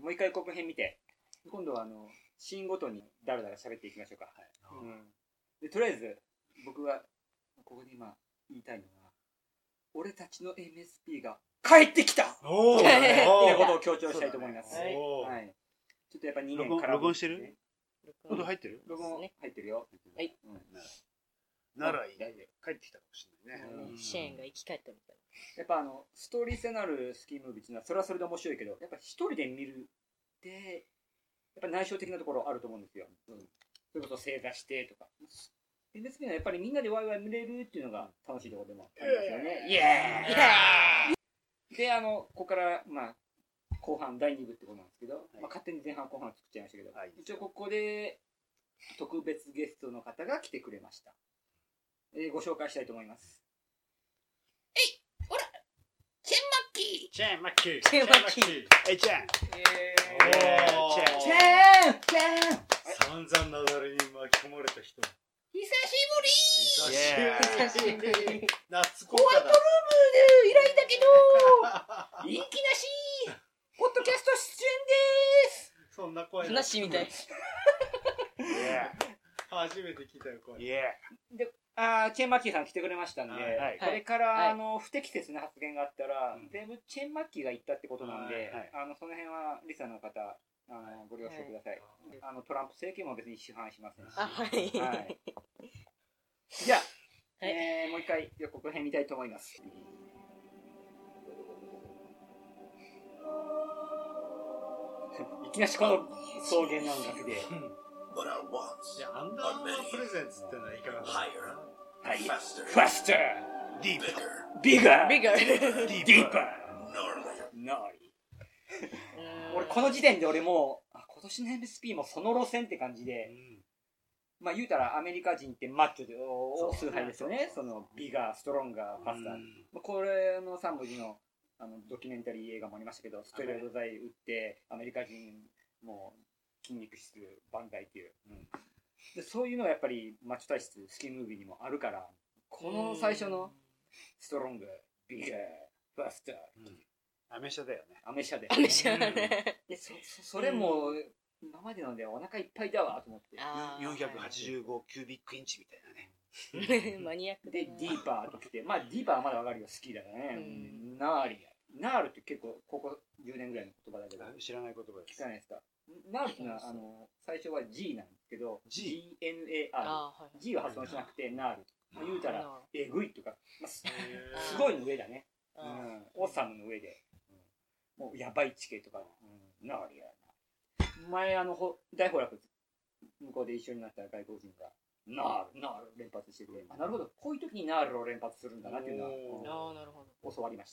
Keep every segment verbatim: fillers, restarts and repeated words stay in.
もう一回予告編見て、今度はあのシーンごとにだらだら喋っていきましょうか。はい。うん。でとりあえず僕がここで今言いたいのは、俺たちの エムエスピー が帰ってきた。おお。っていうことを強調したいと思います。はい。はい。ちょっとやっぱにねんから録音してる？音入ってる？ 録音入ってるよ。はい。 ならいい。帰ってきたかもしれないね。 シェーンが生き返ったみたいな。やっぱあのストーリー性のあるスキームービーっていうのはそれはそれで面白いけど、やっぱ一人で見るでやっぱ内省的なところあると思うんですよ。うん、それこそ正座してとか。エムエスピー はやっぱりみんなでワイワイ見れるっていうのが楽しいところでもありますよね。イエーイ。であのここからまあ後半だいに部ってことなんですけど、はい、まあ、勝手に前半後半作っちゃいましたけど、はい、一応ここで特別ゲストの方が来てくれました。えー、ご紹介したいと思います。 えい、ほら、チェンマッキー。 チェンマッキー。 チェンマッキー。 えい、チェン。 えー、チェン。チェン。チェン。 散々なだれに巻き込まれた人。 久しぶり。 久しぶり。 夏ホワイトルームで依頼だけど、人気なし。ポッドキャスト出演です。 そんな声。 話みたい。 初めて聞いたよ声。 で、あチェンマッキーさん来てくれましたんで、はい、これから、はい、あの不適切な発言があったら、うん、全部チェンマッキーが言ったってことなんで、はいはい、あのその辺はリサの方あのご了承ください。はい、あのトランプ政権も別に批判しませんし。 あ、はい。はい、 じゃあ、はい、えー、もう一回予告編見たいと思います。いきなしこの草原の音楽で。 But our wants are many. Higher, faster, deeper, bigger, bigger, deeper, gnarly. 俺この時点で俺もう今年の エムエスピー もその路線って感じで、まあ言うたらアメリカ人ってマッチョで大崇拝ですよね。そのビガー、ストロンガー、ファスター。これのさんぶじのあのドキュメンタリー映画もありましたけど、ステロイド剤打ってアメリカ人も筋肉質万歳っていう、うん、でそういうのがやっぱりマッチョ体質スキームービーにもあるから、この最初のストロングビガーファスター、 アメ車だよね。 アメ車でアメ車だね。 で そ, そ, それも今までのでお腹いっぱいだわと思って、 よんひゃくはちじゅうごキュービックインチみたいなね。マニアックでディーパーときて、まあディーパーはまだわかるよ、好きだからね、うん、ナーリアナールって結構ここじゅうねんぐらいの言葉だけど知らない言葉です。 聞かないですか。ナールっていうのはあの最初は G なんですけど ジーエヌエーアール、はい、G は発音しなくてナール、言うたらえぐいとか、まあ、すごいの上だね、うん、オーサムの上で、うん、もうやばい地形とか、うん、ナーリア前あの大崩落向こうで一緒になった外国人がナールナール連発してて、あ、なるほど、こういう時にナールを連発するんだなっていうのは、 あ、なるほど、 教わりました。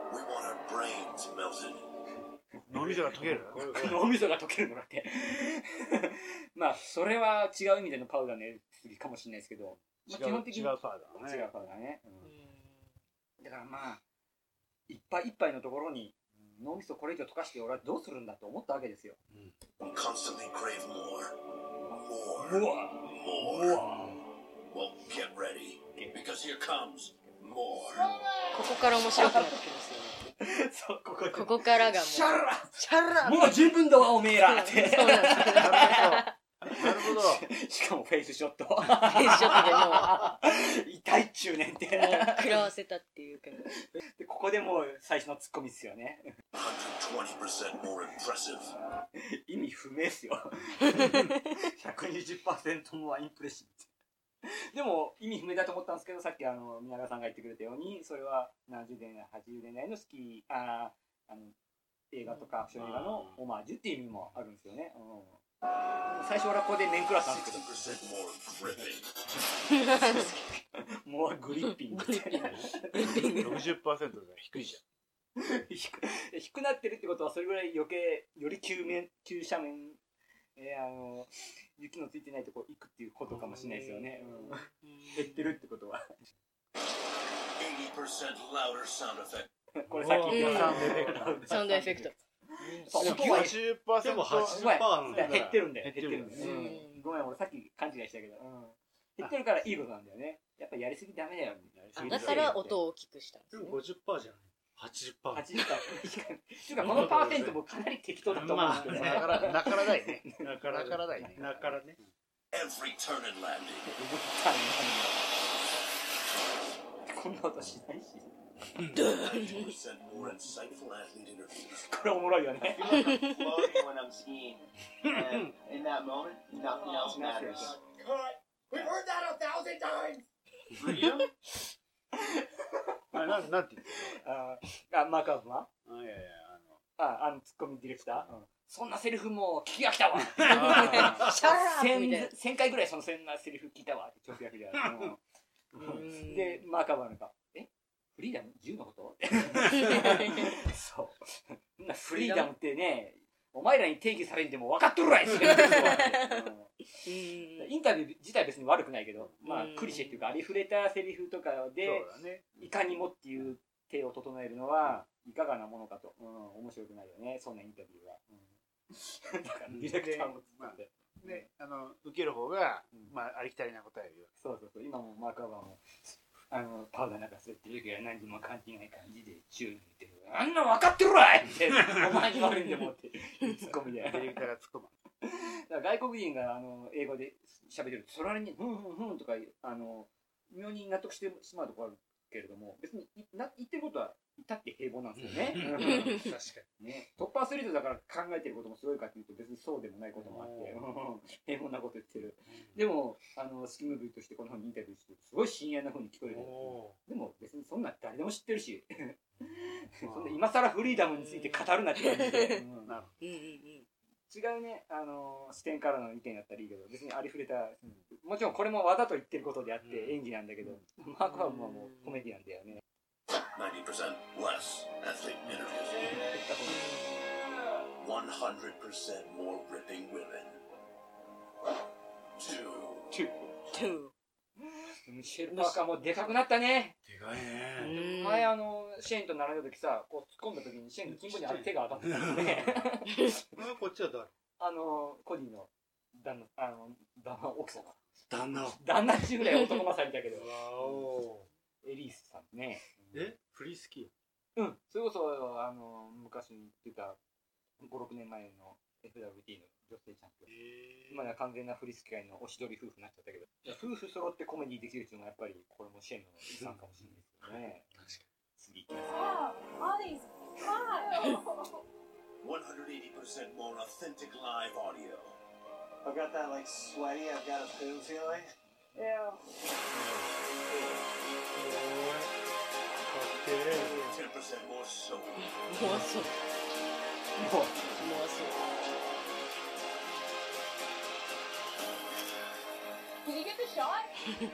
脳みそが溶ける脳みそが溶けるのだってまあそれは違う意味でのパウダーのやりすぎかもしれないですけど、まあ、基本的に違うパウダーね、 違うパウダーね、うん、だからまあいっぱいいっぱいのところに脳みそこれ以上溶かして俺はどうするんだと思ったわけですよ。 Constantly crave more, more, more, more. Well, get ready, because here comes more. ここから面白くなってきますよね。 そう、ここ、 ここからがもうシャラシャラもう十分だわおめえらって。 そうなんですよ。 なるほど。 しかもフェイスショット。フェイスショットでもう痛いっちゅうねんって。 もう食らわせたっていうか。 でここでもう最初のツッコミっすよね。 ひゃくにじゅっパーセント more impressive. 意味不明っすよ。ひゃくにじゅっパーセント more impressive。でも意味不明だと思ったんですけど、さっきあの宮川さんが言ってくれたように、それはななじゅうねんだいはちじゅうねんだいのスキーああの映画とかアクション映画のオマージュっていう意味もあるんですよね、うん、最初俺はここで面食らったんですけどもうグリッピングろくじゅっパーセント で低いじゃん低くなってるってことはそれぐらい余計より急面急斜面、えー、あの雪のついてないとこ行くっていうことかもしれないですよね、うん、減ってるってことはこれさっき言ったサウンドエフェクトでもきゅうじゅっパーセント はちじゅっパーセント減ってるんだよ、減ってるんだよ、うん、ごめん俺さっき勘違いしたけど、うん、減ってるからいいことなんだよね。やっぱりやりすぎダメだよ、ね、 だから音を大きくしたんですね。 でも ごじゅっパーセント じゃない。 はちじゅっパーセント。 はちじゅっパーセント。っていうか、このパーセントもかなり適当だと思うんですけどね。 なからなからないね。 なからなからないね。 なからね。 Every turn and landing. こんなことしないし。 ninety percent more insightful athlete interviews. これおもろいよね。 Floating when I'm skiing. And in that moment, nothing else matters. Cut! We've heard that a thousand times! あ、なん、なんて言ってああ、マークアップはたの？あ、いやいや、 あ、あの、ツッコミディレクター、うん、そんなセリフもう聞き飽きたわ。 シャラーみたいな。 千回ぐらいそのそんなセリフ聞いたわ。直訳で。うんで、マークアップはなんか、えフリーダムじゅうのことそう。そんなフリーダムってね、お前らに定義されんでも分かっとるわい、うん、インタビュー自体別に悪くないけど、まあ、クリシェっていうかありふれたセリフとかで、 ね、 いかにもっていう手を整えるのはいかがなものかと、うん、面白くないよね、そんなインタビューは。うん、だからディレクターもまあね、あの受ける方が、まあ、ありきたりな答えを言う。 そうそうそう、今もマークアバーもあのパウダーなんか滑ってる時は何にも感じない感じで宙に言ってる。あんな分かってるわいってお前に悪いんでもってツッコミで。 ディレクターがツッコむ。 だから外国人があの英語で喋ってるとそれにふんふんふんとかあの妙に納得してしまうところあるけれども、別にな言ってることは至って平凡なんですよね。 確かにね、トップアスリートだから考えてることもすごいかというと別にそうでもないこともあって平凡なこと言ってる。でもあのスキムービーとしてこの本にインタビューしてすごい深夜な風に聞こえる。でも別にそんな誰でも知ってるしそんな今更フリーダムについて語るなって感じで、うん、なるほど。違うね、あのー、視点からの意見だったらいいけど、別にありふれた、うん、もちろんこれもわざと言ってることであって演技なんだけど、うん、マークはもうコメディアンだよね。 ninety percent less athlete interviews. one hundred percent more ripping women. Two. Two. Two. ミシェル・パーカーもでかくなったね。 でかいね。 前あのシェーンと並んだ時さ、こう突っ込んだ時にシェーンの金庫にある手が当たってたんでね。 こっちは誰？ あのコディの旦那、あの旦那奥様。 旦那。 旦那っていうぐらい男勝りだけど。エリースさんね。 え？フリースキー？うん。それこそあの昔に言ってたご、ろくねんまえの エフダブリューティー の女性チャンピオン。今では完全なフリースキー界のおしどり夫婦になっちゃったけど、夫婦揃ってコメディできるっていうのはやっぱりこれもシェーンの遺産かもしれないですよね。確かに。次行きます。 one hundred eighty percent more authentic live audio. I've got that like sweaty, I've got a poo feeling. Yeah. ten percent more soul. もうそう。 もう。 もうそう。 Did you get the shot?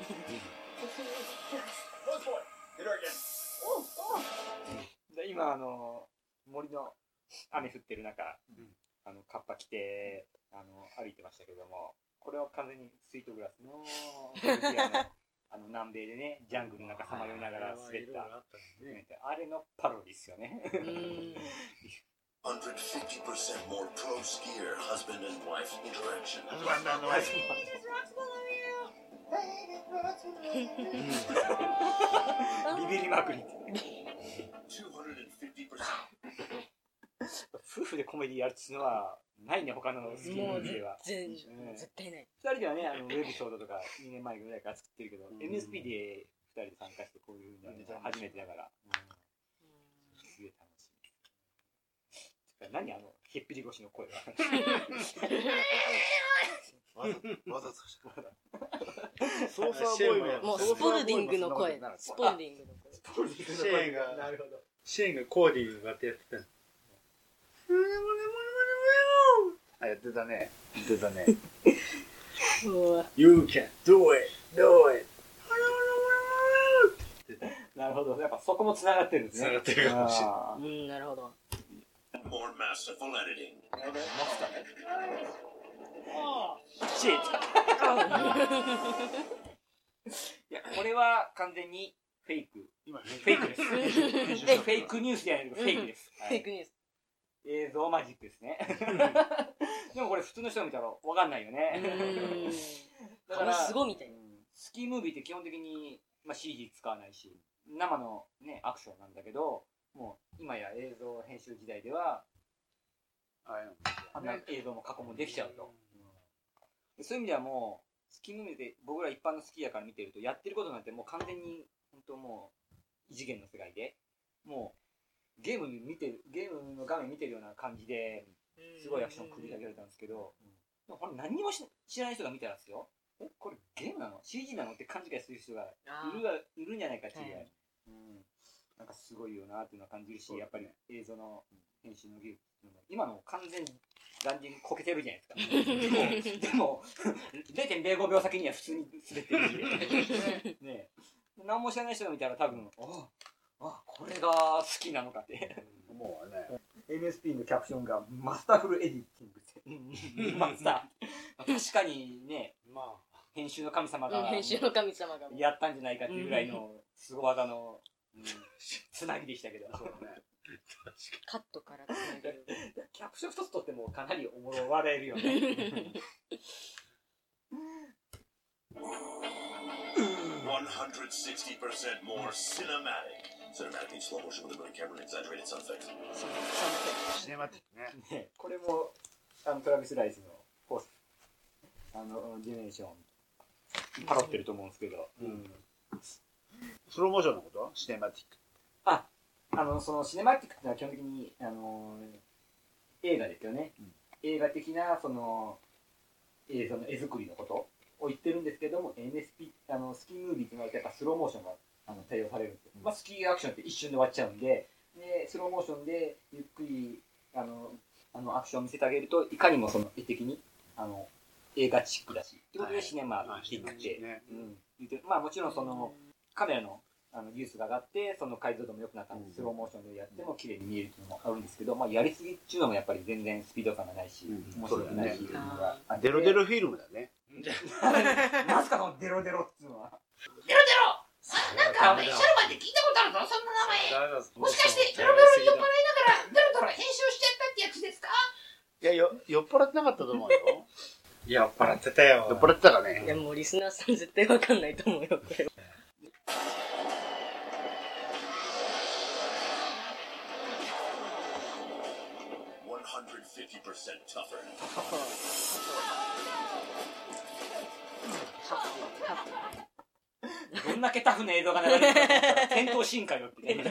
Go for it. Hit her again. Oh, oh. で今あの森の雨降ってる中、うん、あのカッパ着てあの歩いてましたけども、これは完全にスイートグラスのあの南米でねジャングルの中さまよいながら滑った、あれのパロディですよね。 one hundred fifty percent more pro skier husband and wife interaction. Husband and wife. ビビりまくり。 two hundred fifty percent. 夫婦でコメディやるっていうのはないね、他のスキームでは。 全然絶対ない。 ふたりではね、あのウェブショートとかにねんまえぐらいから作ってるけど、エムエスピー でふたりで参加してこういうふうに初めてだから、すげえ楽しい。何あのへっぴり腰の声は。 わざとした。ソーサーボーイもうスポルディングの声。スポルディングの声。 シェーンが、なるほど。シェーンがコーディーがやってた。 あ、やってたね。やってたね。 You can do it, do it. なるほど。やっぱそこも繋がってるんですね。 繋がってるかもしれない。 うん、なるほど。 More masterful editing. シェーいや、これは完全にフェイク。今フェイクです。フェイクニュースじゃないけどフェイクです。 フェイクニュース。 映像マジックですね。でもこれ普通の人が見たらわかんないよね。 だからすごいみたいな。 スキームービーって基本的にまあ シージー 使わないし、生のねアクションなんだけど、 もう今や映像編集時代ではあんな映像も加工もできちゃうと、うん、そういう意味ではもうスキームービーで僕ら一般のスキーヤーから見てるとやってることなんてもう完全に本当もう異次元の世界でもうゲーム見てるゲームの画面見てるような感じですごいアクション繰り広げられたんですけど、でもこれ何にも知らない人が見たらですよ、えこれゲームなの シージー なのって勘違いする人がいるがいるんじゃないかっていう、はい、うん、なんかすごいよなっていうのは感じるし、やっぱり映像の編集の技術っていうのも今の完全に断じにこけてるじゃないですか。でもでも れいてんれいごびょう先には普通に滑ってるしね、何も知らない人が見たら多分ああこれが好きなのかって思うわね。 エムエスピー のキャプションがマスタフルエディッティングマスター確かにね、まあ、編集の神様が、 うん、編集の神様がやったんじゃないかっていうぐらいのすご技の、うん、つなぎでしたけど、そうね、 カットからつなげるキャプション一つとってもかなりおもろ笑えるよね。 one hundred sixty percent more cinematic. Cinematic means slow motion with a moving camera and exaggerated sound effects. シネマティックね。 ね、これもあのトラビス・ライスのポスあのジェネレーションパロってると思うんですけど、うん、 スローモーションのことシネマティック。 あ、あのそのシネマティックってのは基本的にあの映画ですよね、うん、映画的なその映像の絵作りのことを言ってるんですけども、 エムエスピー あのスキームービーとなるとやっぱスローモーションがあの対応されるんですよ、うん、まあ、スキーアクションって一瞬で終わっちゃうんで、でスローモーションでゆっくりあのあのアクションを見せてあげるといかにもその絵的にあの映画チックだしということでシネマティックって、ね、うん、言ってる。まあもちろんそのカメラのあの技術が上がってその解像度も良くなったんで、スローモーションでやっても綺麗に見えるっていうのもあるんですけど、まあ、やりすぎっていうのもやっぱり全然スピード感がないし、うん、面白くないし、ね、 デロデロフィルムだね。 なんすかそのデロデロっていうのは。 デロデロ、なんか俺シャルマンって聞いたことあるぞ、そんな名前。もしかしてデロデロに酔っ払いながらデロデロ編集しちゃったってやつですか？ いや、よ酔っ払ってなかったと思うよ。 酔っ払ってたよ。 酔っ払ってたかね。 いやもうリスナーさん絶対わかんないと思うよこれ。 one hundred fifty percent tougher. どんだけタフな映像が流れてるか戦闘進化よって、ね、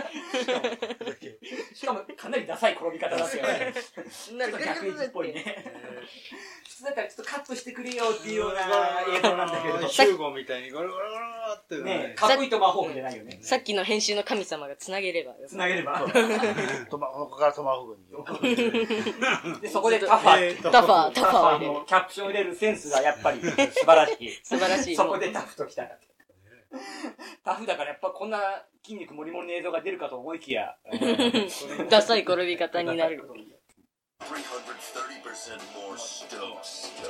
しかもかなりダサい転び方だったよね。ちょっと逆エッジっぽいね。普通だったらちょっとカットしてくれよっていうような映像なんだけど、 集合みたいにゴロゴロゴロってね、かっこいいトマホークじゃないよね。 さっきの編集の神様がつなげればつなげればトマここからトマホークにでそこでタファータファータファーのキャプション入れるセンスがやっぱり素晴らしい。 素晴らしい。 そこでタフときたらタフだからやっぱこんな筋肉もりもりの映像が出るかと思いきやダサい転び方になる。 three hundred thirty percent more stoke.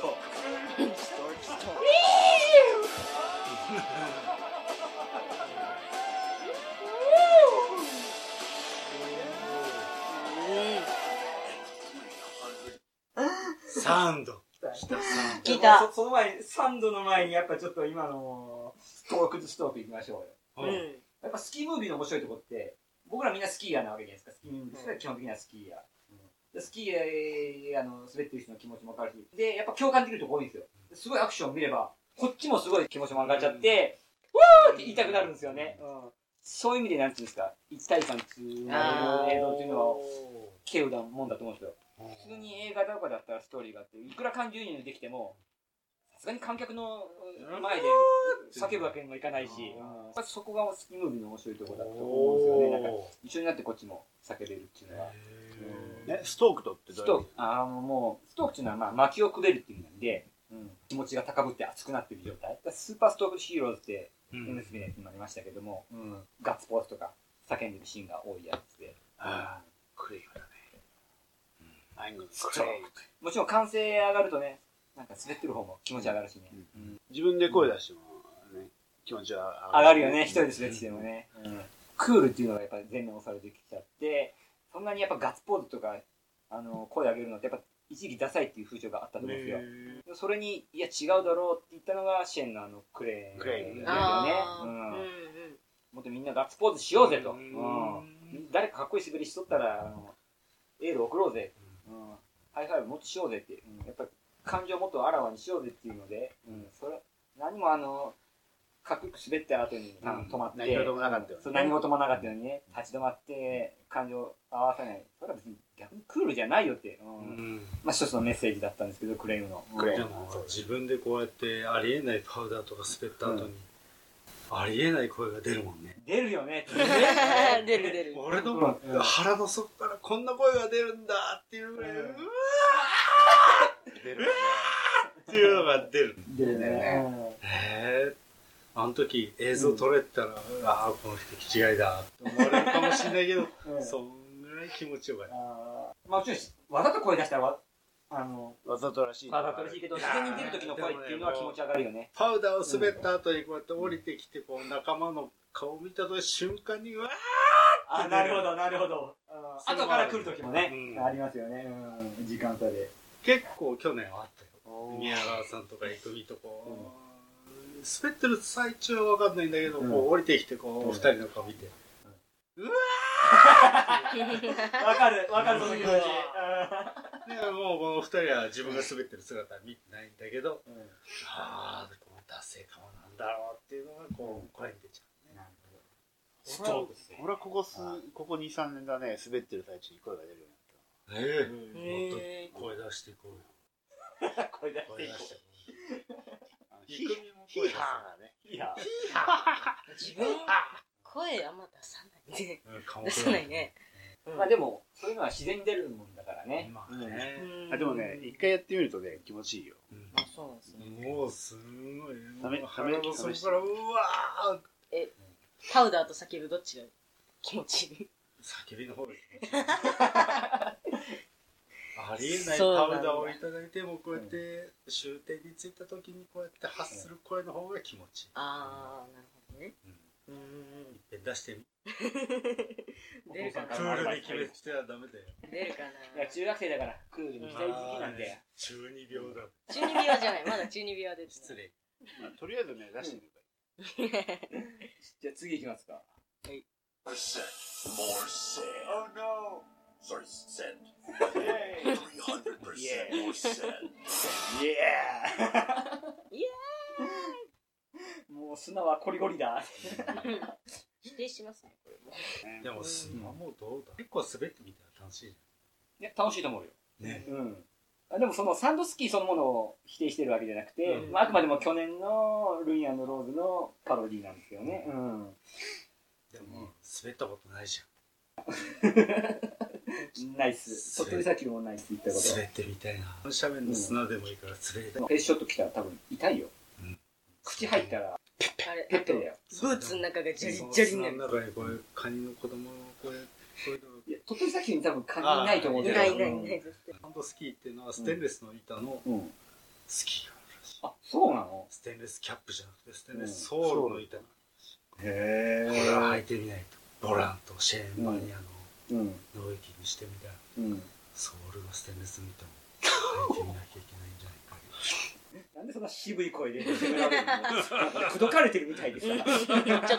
stoke. サンド。 聞いた。 そ, その前にサンドの前にやっぱちょっと今のストークズストークいきましょうよ。うん、やっぱスキームービーの面白いところって僕らみんなスキーヤーなわけじゃないですか。スキームービー、うん、基本的にはスキーヤー。うん、スキーヤーの滑ってる人の気持ちも分かるし、でやっぱ共感できるところ多いんですよ。すごいアクションを見ればこっちもすごい気持ちも上がっちゃって、うん、うーって言いたくなるんですよね。うん、そういう意味でなんていうんですか、一体感っていう映像っていうのは稀有なもんだと思うんですよ。普通に映画とかだったらストーリーがあっていくら感情移入できてもさすがに観客の前で叫ぶわけにもいかないし、うん、そこがスキームービーの面白いところだと思うんですよね。なんか一緒になってこっちも叫べるっていうのは、 うんね、ストークとってどういう意味？ あのもうストークっていうのはまあ薪をくべるっていう意味なんで、うん、気持ちが高ぶって熱くなってる状態。スーパーストークヒーローズって エムエスビー のやつにもありましたけども、うん、ガッツポーズとか叫んでるシーンが多いやつで、 ああ、クレイだね。 もちろん歓声上がるとね、なんか滑ってる方も気持ち上がるしね、 うんうん、自分で声出してもね、気持ちは上がるよね。一人で滑っててもね、うん、クールっていうのがやっぱり全面押されてきちゃって、そんなにやっぱガッツポーズとかあの声上げるのってやっぱ一時期ダサいっていう風潮があったと思うんですよ。それにいや違うだろうって言ったのがシェンのあのクレーンだよね。うん、もっとみんなガッツポーズしようぜと、うん、 誰かかっこいい滑りしとったら、あの、エール送ろうぜ。うん。ハイファイブもっとしようぜって。うん。やっぱり感情をもっとあらわにしようぜっていうので、うん。それ、何もあの、かっこよく滑った後に止まって、 何事もなかったよね。 そう、何事もなかったのにね、立ち止まって、感情を合わせない。それは別に逆にクールじゃないよって。うん。まあ一つのメッセージだったんですけど、クレームの。 クレームの。自分でこうやってありえないパウダーとか滑った後に、ありえない声が出るもんね。 出るよね。 出る出る。 俺の腹の底からこんな声が出るんだっていうぐらい、うわー出るね。っていうのが出る。 出るね。 へぇ。あの時映像撮れたら、ああ、この人気違いだって思われるかもしれないけど、そんぐらい気持ちよかった。 まあもちろん、わざと声出したら、あの、 わざとらしい。 わざとらしいけど、自然に出る時の声っていうのは気持ち上がるよね。 パウダーを滑った後にこうやって降りてきて、こう仲間の顔を見た瞬間に、うわーあ、なるほど、なるほど。後から来る時もね、ありますよね。時間差で。 結構去年はあったよ。宮川さんとか郁美とこう、滑ってる最中は分かんないんだけど、こう降りてきて、こう、二人の顔見て、うわーわかる、わかる、その気持ち。 でもうこの二人は自分が滑ってる姿は見てないんだけど、ああ、この達成感はなんだろうっていうのが、こう、声に出ちゃうね。 ストーブですね。俺はここす、ここに、さんねんだね、滑ってる最中に声が出るようになった。ええ。もっと声出していこうよ。 声出していこう。 ヒーハーね。 ヒーハー。自分、声あんま出さないね。出さないね。 まあでも、そういうのは自然に出るもんだからね。 まあね。あ、でもね、一回やってみるとね、気持ちいいよ。 あ、そうなんですね。 もうすごい。 ため、ため、 そこから、うわーえ、パウダーと叫ぶどっちが気持ちいい？ 叫びの方が気持ちいい。ありえないパウダーをいただいても、こうやって終点に着いた時にこうやって発する声の方が気持ちいい。 ああ、なるほどね。 うん。いっぺん出してみ。 出るかな。 クールに決めてはダメだよ。 出るかな。 いや、中学生だからクールにしたい時期なんだよ。 中二病だ。 中二病じゃない。まだ中二病で。 失礼。 とりあえずね、出してみるかじゃあ次行きますか。 はい。 More sand. Oh no! Sorry, sand. Yay! three hundred percent more sand. Yeah! イエもう砂はコリゴリだ。 ーイ否定しますね、これも。 でも砂もどうだ、結構滑ってみたら楽しいじいや、楽しいと思うよ。 ゃん。ね。 うん。あでもそのサンドスキーそのものを否定してるわけじゃなくて、まあ、あくまでも去年のルイ&ローズのパロディなんですけどね。うん。 でも、滑ったことないじゃん。 ナイス。鳥取砂丘もナイス言ったこと。 滑ってみたいな。斜面の砂でもいいから滑りたい。 フェイスショット来たら多分痛いよ。口入ったら、 あれ、 ペッペだよ。 ブーツの中がジャリジャリになる。 その中にこういうカニの子供のこういう、こういうのいや、鳥取砂丘に多分カニいないと思うけど。 ないないない。 サンドスキーっていうのはステンレスの板のスキーがあるらしい。 あ、そうなの？ ステンレスキャップじゃなくてステンレスソールの板があるらしい。 へこれは履いてみないと。ボランとシェーンバニアのうん。 ノイキにしてみたら、 うん。 ソールがステンレスの板も履いてみなきゃいけないんじゃないか。 なんでそんな渋い声で責められるの？なんか口説かれてるみたいでさ。 ちょっとちょっと。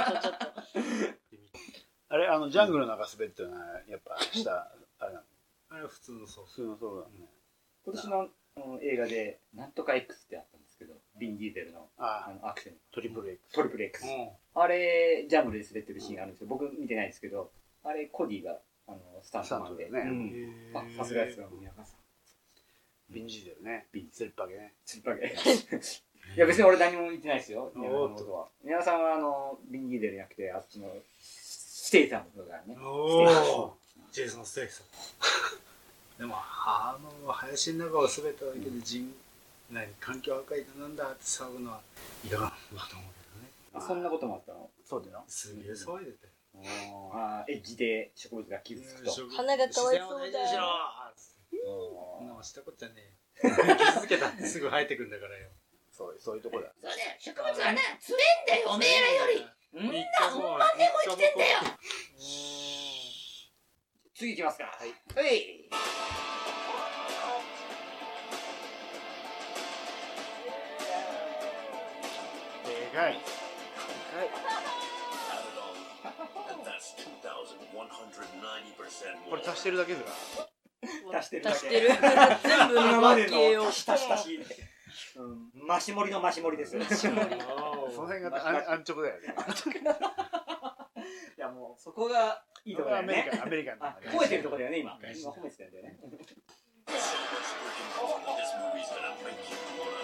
あれ、あの、ジャングルの中滑ってるのは、やっぱ、下、あれなの？ あれは普通のソー普通のそうだね。 今年のあの映画で、なんとか X ってあったんですけど、ビン・ディーゼルのああのアクセント。 トリプル X。 トリプル X。 ル。 あれ、ジャングルで滑ってるシーンあるんですよ。僕見てないですけど、あれ、コディがあのスタントマンで。 スタントだよねうんあ、さすがですよ、宮川さん。 ビンジーゼルね。 ビンセルパゲね。 つっぱげ。いや、別に俺何も言ってないですよ。 おー宮川のことは。宮川さんは、あの、ビン・ディーゼルじゃなくて、あっちの、ステイサムとかね。 おお、ジェイソン・ステイサム。でも、あの林の中を滑っただけで人、何環境破壊だなんだって騒ぐのはいかがなものだと思うけどね。 そんなこともあったの？ そうだよ。 すげえ騒いでたよ。 ああ、エッジで植物が傷つくと。 鼻がかわいそうだよ自然を大事にしろそんなのしたことじゃねえよ。傷つけたってすぐ生えてくんだからよ。 そう、そういうとこだ。 そうだよ、植物はな、強えんだよ、おめえらより。みんな本番でも生きてんだよ。 次行きますか。はい。 はい。 でかい。 Had it all. And then That's two thousand one hundred ninety percent こ more. れ足してるだけですか足してるだけ足してる全部今まで負けをの足し足し足し、うん、増し盛りの増し盛りですよ増し盛りその辺が安安直だよねいやもうそこがいいところだよね。 アメリカンあ、褒めてるところだよね今。今褒めてたんだよね。 So much freaking fun. This movie's gonna make you wanna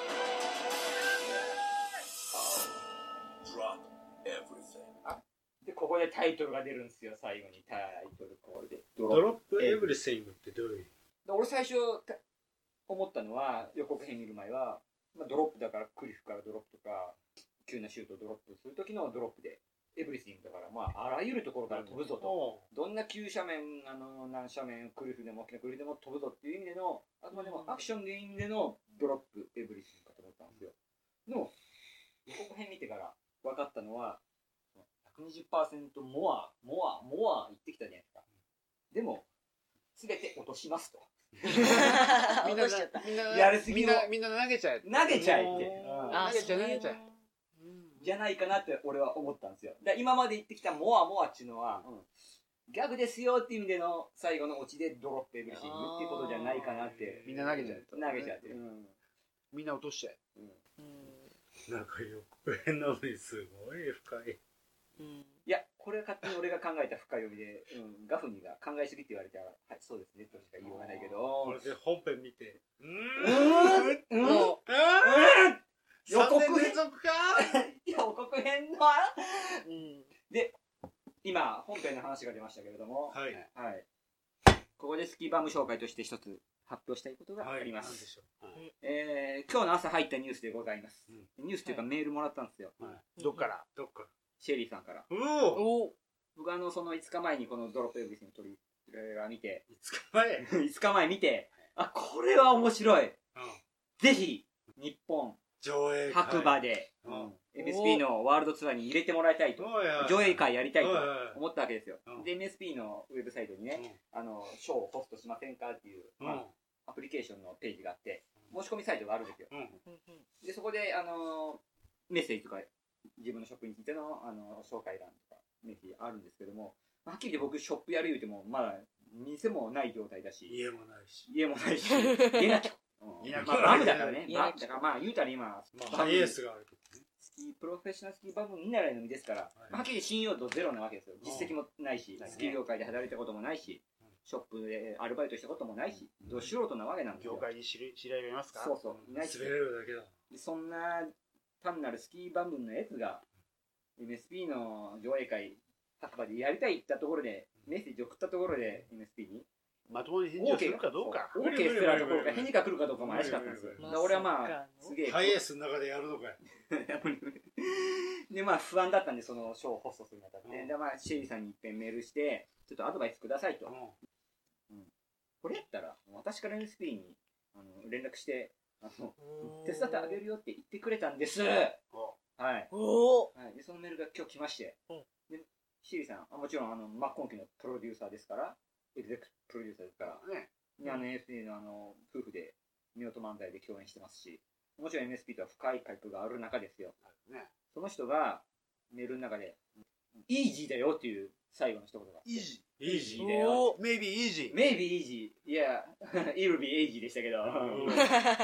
drop everything. でここでタイトルが出るんですよ。最後にタイトルコールで。 ドロップエブリシングってどういう？ 俺最初思ったのは予告編見る前は、まあ、ドロップだからクリフからドロップとか急なシュートをドロップする時のドロップで。エブリシングだから、まあ、あらゆるところから飛ぶぞと。どんな急斜面、あの、何斜面、クリフでも、大きなクリフでも飛ぶぞっていう意味での、あくまでもアクションでいう意味でのドロップ、エブリシングかと思ったんですよ。の、予告編見てから分かったのは、ひゃくにじゅっパーセント モア、モア、モア言ってきたじゃないですか。でも、すべて落としますと。 みんなみんなやりすぎのみんなみんな投げちゃえ投げちゃえって。 あ投げちゃえ投げちゃえじゃないかなって俺は思ったんですよ。で今まで言ってきたモアモアっていうのは、うん、ギャグですよっていう意味での最後のオチでドロップエブリシングっていうことじゃないかなって。 みんな投げちゃえと投げちゃってる、うん、 みんな落としちゃえ、 うん、なんか予告編なのにすごい深い、 うん、いやこれは勝手に俺が考えた深読みで、うん、ガフニーが考えすぎって言われたらはいそうですねとしか言いようがないけどこれで本編見てうーんうーんうーん予告編続か予告編の、うん、で今本編の話が出ましたけれども、 はい、 はい、ここでスキーバム紹介として一つ発表したいことがあります、はい、でしょう、はい、えー、今日の朝入ったニュースでございます、うん、ニュースというかメールもらったんですよ、はい、 どっからどっからシェリーさんから。 おお僕あのそのいつかまえにこのドロップエブリシングトリーラー見ていつかまえいつかまえ見てあこれは面白い、うん、ぜひ日本上映白馬で、うん、エムエスピー のワールドツアーに入れてもらいたいと上映会やりたいと思ったわけですよ。で エムエスピー のウェブサイトにね、うん、あのショーをホストしませんかっていう、うんまあ、アプリケーションのページがあって申し込みサイトがあるんですよ、うん、でそこであのメッセージとか自分のショップについての、あの紹介欄とかメッセージあるんですけどもはっきり言って僕ショップやる言うてもまだ店もない状態だし家もないし家もないし家なきゃうん、まあバムだからねバだからまあ言うたら今、まあ、ハイエースがあるけどねスキープロフェッショナルスキーバム見習いの身ですから、はいまあ、はっきり信用度ゼロなわけですよ。実績もないし、スキー業界で働いたこともないし、ショップでアルバイトしたこともないし、ど素人なわけなんですよ。 業界に知り知り合いがいますか？ そうそういないし滑れるだけだ。 そんな単なるスキーバムのやつが エムエスピー の上映会白馬でやりたいって言ったところでメッセージ送ったところで エムエスピー にまともに返事をするかどうか OK すらところか返事が来るかどうかも怪しかったんですよ。俺はまあすげえハイエースの中でやるのかいでまあ不安だったんでそのショーをホストするにあたって、うん、でまあシェリーさんに一遍メールしてちょっとアドバイスくださいと、うんうん、これやったら私から エムエスピー にあの連絡してあの手伝ってあげるよって言ってくれたんです。はい、はい、でそのメールが今日来まして、でシェリーさんもちろんあの真っ今期のプロデューサーですからエグゼクプロデューサーですから、ね、あの エムエスピー の, あの夫婦で見事漫才で共演してますし、もちろん エムエスピー とは深いパイプがある中ですよ、ね、その人がメールの中でイージーだよっていう最後の一言があってイージーイージーだよ Maybe easy Maybe easy Yeah It'll be easy でしたけど Yeah ありがとうござ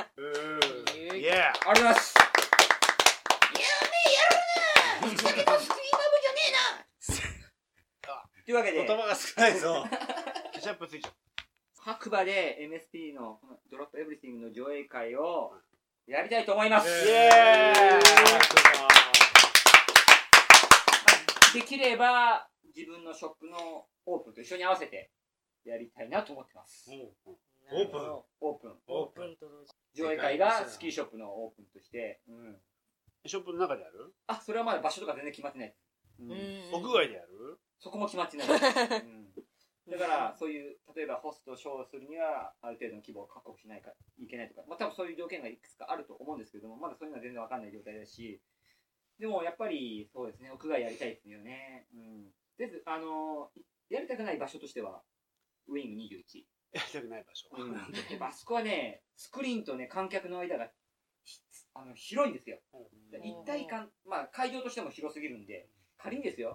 いますやめやるなふざけたスキーバブじゃねえなというわけで言葉が少ないぞケチャップついちゃう白馬で エムエスピー のドロップエブリシングの上映会をやりたいと思います。イエーイできれば自分のショップのオープンと一緒に合わせてやりたいなと思ってます。 オープンオープンオープン上映会がスキーショップのオープンとして、うん、 ショップの中でやる？ あ、それはまだ場所とか全然決まってないです。 うん、屋外でやる？ そこも決まってないです、うんだからそういう例えばホストショーをするにはある程度の規模を確保しないといけないとか、まあ、多分そういう条件がいくつかあると思うんですけども、まだそういうのは全然わかんない状態だし、でもやっぱりそうですね、屋外やりたいですよね。うん。であのやりたくない場所としてはウィングにじゅういちやりたくない場所、 うん、であそこはねスクリーンとね観客の間があの広いんですよ。一体感、まあ会場としても広すぎるんで仮にですよ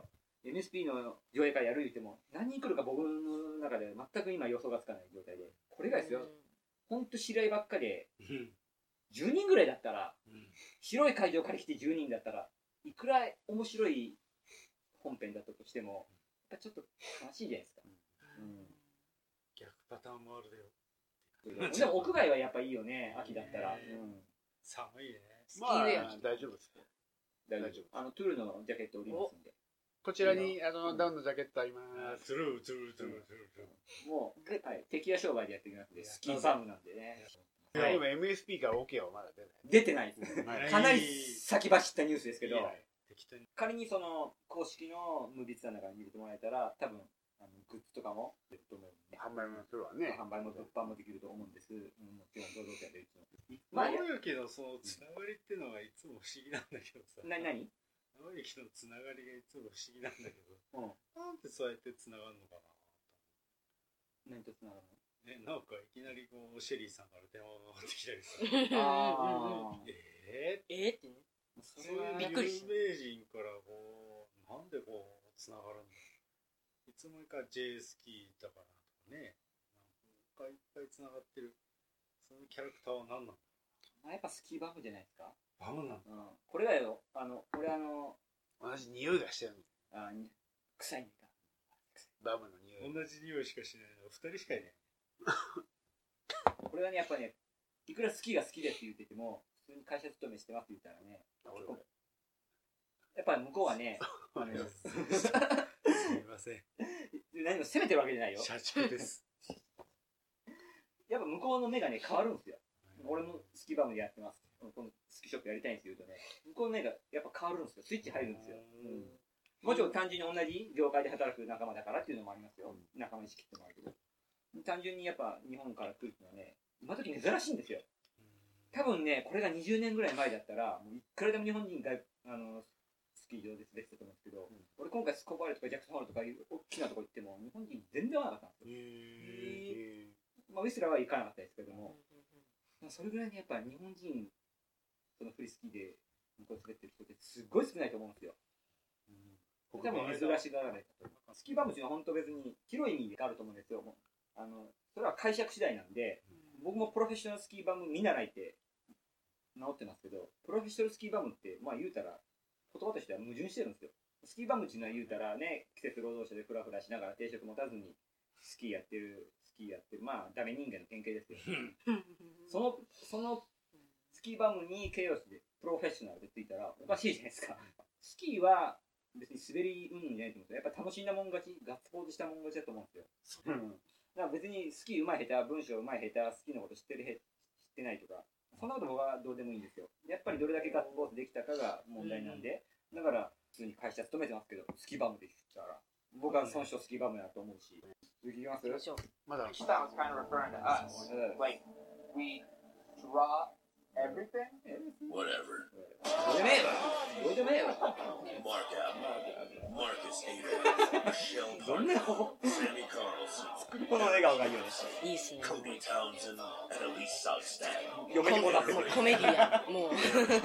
エムエスピー の上映会やる言っても、何人来るか僕の中では全く今予想がつかない状態で、これがですよ、ほんと知り合いばっかで、じゅうにんぐらいだったら、広い会場から来てじゅうにんだったら、いくら面白い本編だったとしても、やっぱちょっと悲しいじゃないですか。うん、 逆パターンもあるでよ。 でも屋外はやっぱいいよね、秋だったら。うん、 寒いね。 まあ大丈夫ですね。 大丈夫。あのトゥールのジャケット売りますんで。 こちらにあのダウンのジャケットあります。 トゥルートゥルートゥルートゥルー。もう、はい、敵や商売でやっていきますんで、スキーバムなんでね。 今 エムエスピー から OK はまだ出てない。出てないです。かなり先走ったニュースですけど、仮にその公式のムービーツアーの中に入れてもらえたら、多分あのグッズとかも出ると思うんで、 販売もするわね。 販売も物販もできると思うんです。うん、もちろん堂々とやってる。 まあ、直之のそのつながりっていうのがいつも不思議なんだけどさ。 な、なに？ 直之のつながりがいつも不思議なんだけど、 うん、 なんでそうやってつながるのかな。 何とつながるの？ ね、なんかいきなりこうシェリーさんから電話がかかってきたりさ。 ああ。 えー、えー、ってね。 それは有名人からこう、なんでこうつながるんだ。いつもか J スキーだからとかね。なんかいっぱいつながってる。そのキャラクターは何なの？ まあ、やっぱスキーバムじゃないですか。 バムなんだ。 うん。これだよ。あの、俺あの、 同じ匂いがしてるの。ああ、臭いんだ。 バムの匂い。 同じ匂いしかしないの。二人しかいない。 これはね、やっぱね、いくらスキーが好きでって言ってても、普通に会社勤めしてますって言ったらね、やっぱり向こうはね、あのすみません。 何も責めてるわけじゃないよ。 社長です。 やっぱ向こうの目がね、変わるんですよ。俺もスキーバムでやってます。このスキーショップやりたいんですよとね、向こうの目がやっぱ変わるんですよ。スイッチ入るんですよ。うん、もちろん単純に同じ業界で働く仲間だからっていうのもありますよ。仲間意識ってのもあるけど。単純にやっぱ日本から来るっていうのはね、今時珍しいんですよ。多分ね、これがにじゅうねんぐらい前だったら、もういくらでも日本人があのスキー場で滑ってたと思うんですけど、うん、俺今回スコバールとかジャクソンホールとかいう大きなとこ行っても、日本人全然合わなかったんですよ。へー。まあ、ウィスラーは行かなかったですけども、うん、それぐらいにやっぱ日本人、そのフリースキーで向こう滑ってる人ってすっごい少ないと思うんですよ。うん、多分珍しがられたと。スキーバムっていうのは本当別に広い意味があると思うんですよ。あのそれは解釈次第なんで、僕もプロフェッショナルスキーバム見習いって治ってますけど、プロフェッショナルスキーバムってまあ言うたら言葉としては矛盾してるんですよ。スキーバムっていうのは言うたらね、季節労働者でフラフラしながら定職持たずにスキーやってるスキーやってるまあダメ人間の典型ですよ。そのそのスキーバムに形容詞でプロフェッショナルでついたらおかしいじゃないですか。スキーは別に滑りうんじゃないと思うんですよ。やっぱ楽しんだもん勝ち、ガッツポーズしたもん勝ちだと思うんですよ。だから別にスキー上手い下手、文章上手い下手、スキーのこと知ってる知ってないとか、そんなこと僕はどうでもいいんですよ。やっぱりどれだけガッツポーズできたかが問題なんで、だから普通に会社勤めてますけど、スキーバムでしたら、僕はその人スキーバムだと思うし。続きいきます？ まだ。 That was kind of referring to us. Like, we draw everything? Whatever. どうでもええわ。どうでもええわ。 Mark Apple, Marcus Hayter, Michelle Parker, Sammy Carlson, この笑顔がいいよね。 いいっすね。 Cody Townsend, and Elise Southstack. 嫁にもだってもうコメディアン。もう。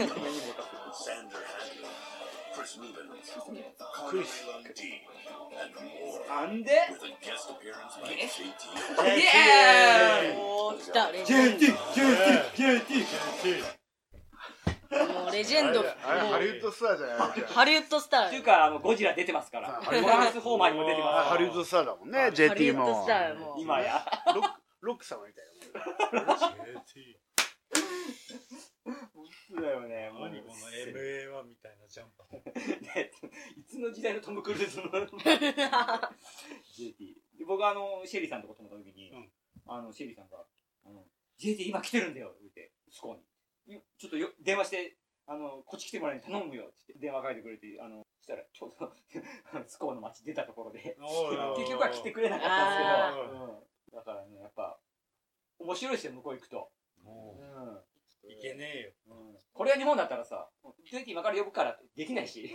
Sander Hadley, Chris Rubin, Caroline D, and more. なんで With a guest appearance by J T. イエーイおー、来た、レジジェェーンティー ジェーティー ジェーティード。もうレジェンド。 あれハリウッドスターじゃないハリウッドスター。 っていうか、あの、ゴジラ出てますから。トランスフォーマーにも出てます。 ハリウッドスターだもんね、ジェーティー も。 ハリウッドスターも。 今や。 ロック、ロック様みたいな。 ジェーティー。 そうだよね。もう何この エムエーワン みたいなジャンパー。 ね、いつの時代のトム・クルーズのジェーティー。僕はあの、シェリーさんとこ泊まった時に、うん、あの、シェリーさんが、あの、ジェーティー 今来てるんだよ、言って、スコーに。ちょっとよ電話して、あの、こっち来てもらえ頼むよって電話かけてくれて、あの、したら、ちょうど、スコーの街出たところで、結局は来てくれなかったんですけど、うん、だからね、やっぱ、面白いですよ、向こう行くと。うんいけねえよ、 うん、これは日本だったらさ、ジェーティー今から呼ぶからってできないし。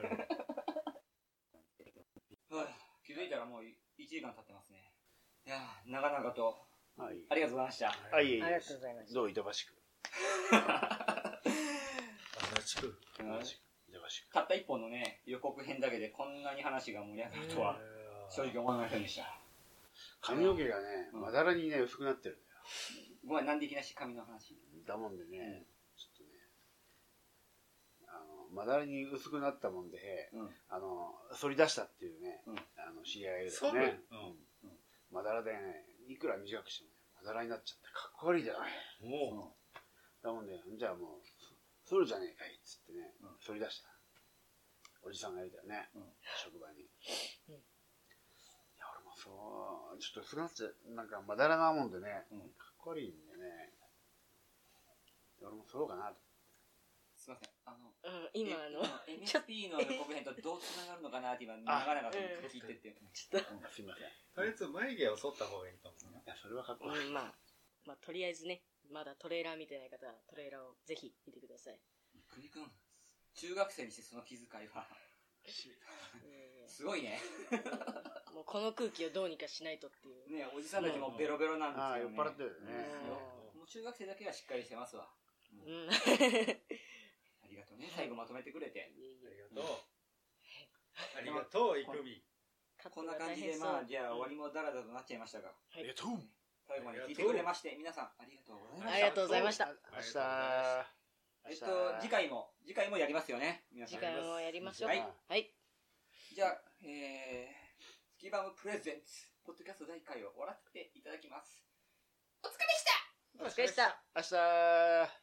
気づいたらもういちじかん経ってますね。いやー、長々と、はい、ありがとうございました。 はい、 ありがとうございました。 どう板橋区。 足立区。 板橋区。 たった一本のね、予告編だけでこんなに話が盛り上がるとは、正直思いませんでした。 髪の毛がね、まだらにね、薄くなってるんだよ。 ごめん、なんでいきなし髪の話だもんでね、ちょっとね、あの、まだらに薄くなったもんで、あの、反り出したっていうね、あの、知り合いがいるよね。まだらでね、いくら短くしてもね、まだらになっちゃってかっこ悪いじゃない。だもんで、じゃあもう、反るじゃねえかいっつってね、反り出したおじさんがいるんだよね、職場に。いや、俺もそう、ちょっと薄くなっちゃう、なんかまだらなもんでね、かっこ悪いんだよね。俺もそうかなと。 すいません、あの、 今のエムエスピー の予告編とどうつながるのかなって今長々と聞いてて、 ちょっとすいません。 とりあえず眉毛を剃った方がいいと思うね。 いや、それはかっこ悪い。 まあ、まあとりあえずね、まだトレーラー見てない方はトレーラーをぜひ見てください。 くにくん、中学生にしてその気遣いはすごいね。 もうこの空気をどうにかしないとっていう。 ね、おじさんたちもベロベロなんですよね。 酔っ払ってるよね。 もう中学生だけはしっかりしてますわ。 うん。 ありがとうね、最後まとめてくれて。 ありがとう。ありがとう、いくみ。 こんな感じで、まあ、じゃあ終わりもダラダラとなっちゃいましたが。 ありがとう。 最後まで聞いてくれまして、皆さんありがとうございました。 ありがとうございました。 明日、 えっと、次回も、次回もやりますよね。皆さん。 次回もやりましょう。 はい。 はい。 じゃあ、えー、スキバムプレゼンツ、ポッドキャストだいいっかいを終わらせていただきます。お疲れでしたお疲れでした。 明日、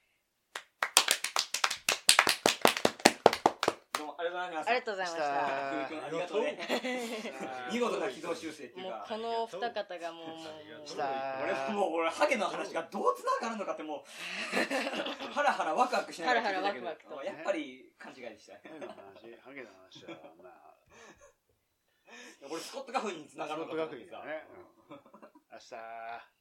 どうもありがとうございました。 ありがとうございました。 くみくんありがとうね。見事な軌道修正っていうもうか。 このお二方がもう、もう、 俺もう、俺、ハゲの話がどうつながるのかってもう、ハラハラワクワクしながら聞いてたけど、 ハラハラワクワクとやっぱり勘違いでした。 ハゲの話、ハゲの話は、まあ、 俺、スコットガフにつながるのかと思ってさ。 明日。